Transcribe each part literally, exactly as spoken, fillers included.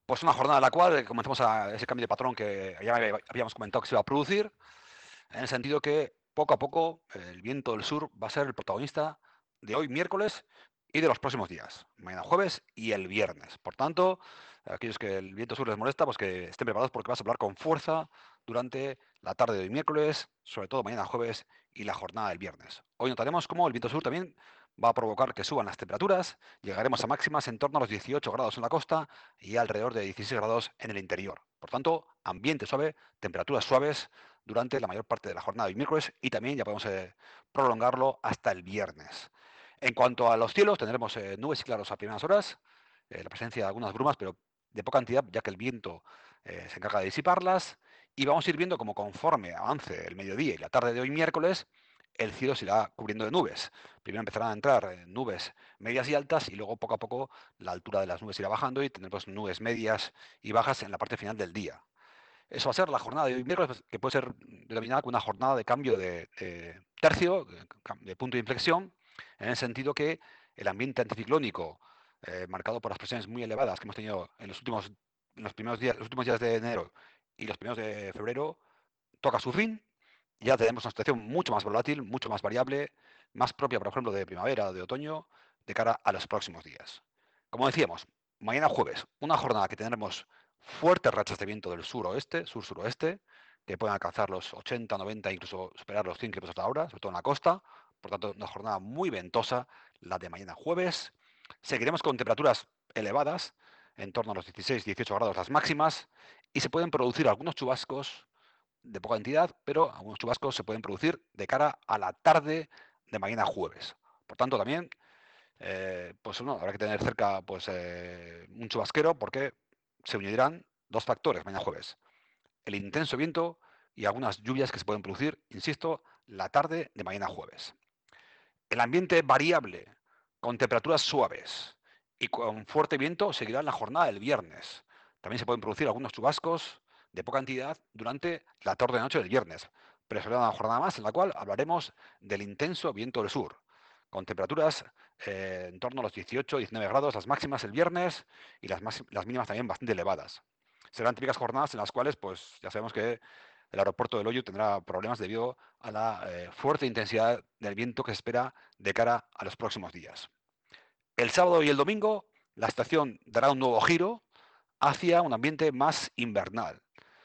Pues una jornada en la cual comenzamos a ese cambio de patrón que ya habíamos comentado que se iba a producir, en el sentido que poco a poco el viento del sur va a ser el protagonista de hoy miércoles y de los próximos días, mañana jueves y el viernes. Por tanto, aquellos que el viento sur les molesta, pues que estén preparados porque va a soplar con fuerza durante la tarde de hoy miércoles, sobre todo mañana jueves y la jornada del viernes. Hoy notaremos cómo el viento sur también va a provocar que suban las temperaturas, llegaremos a máximas en torno a los dieciocho grados en la costa y alrededor de dieciséis grados en el interior. Por tanto, ambiente suave, temperaturas suaves durante la mayor parte de la jornada de hoy miércoles y también ya podemos eh, prolongarlo hasta el viernes. En cuanto a los cielos, tendremos eh, nubes y claros a primeras horas, eh, la presencia de algunas brumas, pero de poca cantidad, ya que el viento eh, se encarga de disiparlas, y vamos a ir viendo como conforme avance el mediodía y la tarde de hoy miércoles, el cielo se irá cubriendo de nubes. Primero empezarán a entrar eh, nubes medias y altas y luego poco a poco la altura de las nubes irá bajando y tendremos nubes medias y bajas en la parte final del día. Eso va a ser la jornada de hoy miércoles, que puede ser denominada como una jornada de cambio de, de tercio, de, de punto de inflexión, en el sentido que el ambiente anticiclónico, eh, marcado por las presiones muy elevadas que hemos tenido en los últimos, en los primeros días, los últimos días de enero y los primeros de febrero, toca su fin. Ya tenemos una situación mucho más volátil, mucho más variable, más propia, por ejemplo, de primavera o de otoño, de cara a los próximos días. Como decíamos, mañana jueves, una jornada que tendremos fuertes rachas de viento del suroeste, sur-suroeste, que pueden alcanzar los ochenta, noventa, incluso superar los cien kilómetros por hora, sobre todo en la costa. Por tanto, una jornada muy ventosa, la de mañana jueves. Seguiremos con temperaturas elevadas, en torno a los dieciséis, dieciocho grados las máximas, y se pueden producir algunos chubascos de poca entidad, pero algunos chubascos se pueden producir de cara a la tarde de mañana jueves. Por tanto, también eh, pues no, habrá que tener cerca pues, eh, un chubasquero porque se unirán dos factores mañana jueves. El intenso viento y algunas lluvias que se pueden producir, insisto, la tarde de mañana jueves. El ambiente variable, con temperaturas suaves y con fuerte viento, seguirá en la jornada del viernes. También se pueden producir algunos chubascos de poca entidad durante la tarde-noche del viernes, pero será una jornada más en la cual hablaremos del intenso viento del sur, con temperaturas eh, en torno a los dieciocho, diecinueve grados, las máximas el viernes y las, las mínimas también bastante elevadas. Serán típicas jornadas en las cuales, pues ya sabemos que el aeropuerto de Loiu tendrá problemas debido a la eh, fuerte intensidad del viento que se espera de cara a los próximos días. El sábado y el domingo, la estación dará un nuevo giro hacia un ambiente más invernal.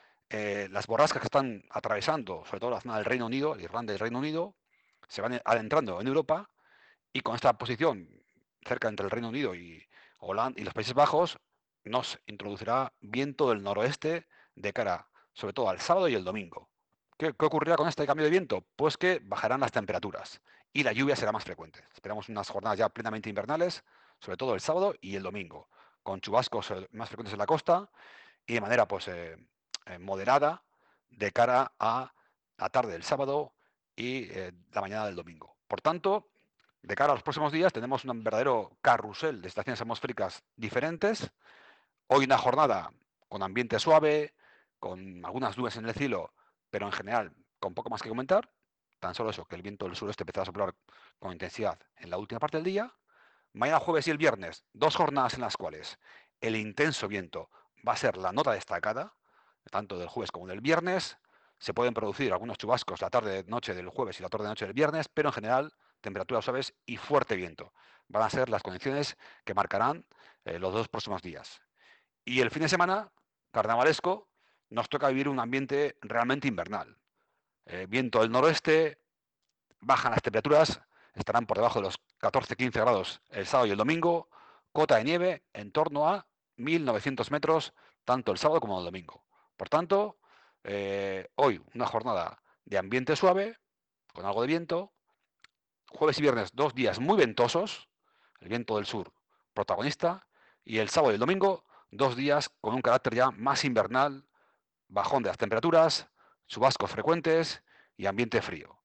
Eh, las borrascas que están atravesando, sobre todo la zona del Reino Unido, Irlanda y el Reino Unido, se van adentrando en Europa y con esta posición cerca entre el Reino Unido y Holanda y los Países Bajos, nos introducirá viento del noroeste de cara sobre todo al sábado y el domingo. ¿Qué, qué ocurrirá con este cambio de viento? Pues que bajarán las temperaturas y la lluvia será más frecuente. Esperamos unas jornadas ya plenamente invernales, sobre todo el sábado y el domingo, con chubascos eh, más frecuentes en la costa y de manera pues eh, eh, moderada de cara a la tarde del sábado y eh, la mañana del domingo. Por tanto, de cara a los próximos días tenemos un verdadero carrusel de estaciones atmosféricas diferentes. Hoy una jornada con ambiente suave, con algunas nubes en el cielo, pero en general con poco más que comentar. Tan solo eso, que el viento del sureste empezará a soplar con intensidad en la última parte del día. Mañana jueves y el viernes, dos jornadas en las cuales el intenso viento va a ser la nota destacada, tanto del jueves como del viernes. Se pueden producir algunos chubascos la tarde-noche del jueves y la tarde-noche del viernes, pero en general temperaturas suaves y fuerte viento. Van a ser las condiciones que marcarán eh, los dos próximos días. Y el fin de semana, carnavalesco, nos toca vivir un ambiente realmente invernal. Eh, viento del noroeste, bajan las temperaturas, estarán por debajo de los catorce quince grados el sábado y el domingo, cota de nieve en torno a mil novecientos metros, tanto el sábado como el domingo. Por tanto, eh, hoy una jornada de ambiente suave, con algo de viento, jueves y viernes dos días muy ventosos, el viento del sur protagonista, y el sábado y el domingo dos días con un carácter ya más invernal, bajón de las temperaturas, chubascos frecuentes y ambiente frío.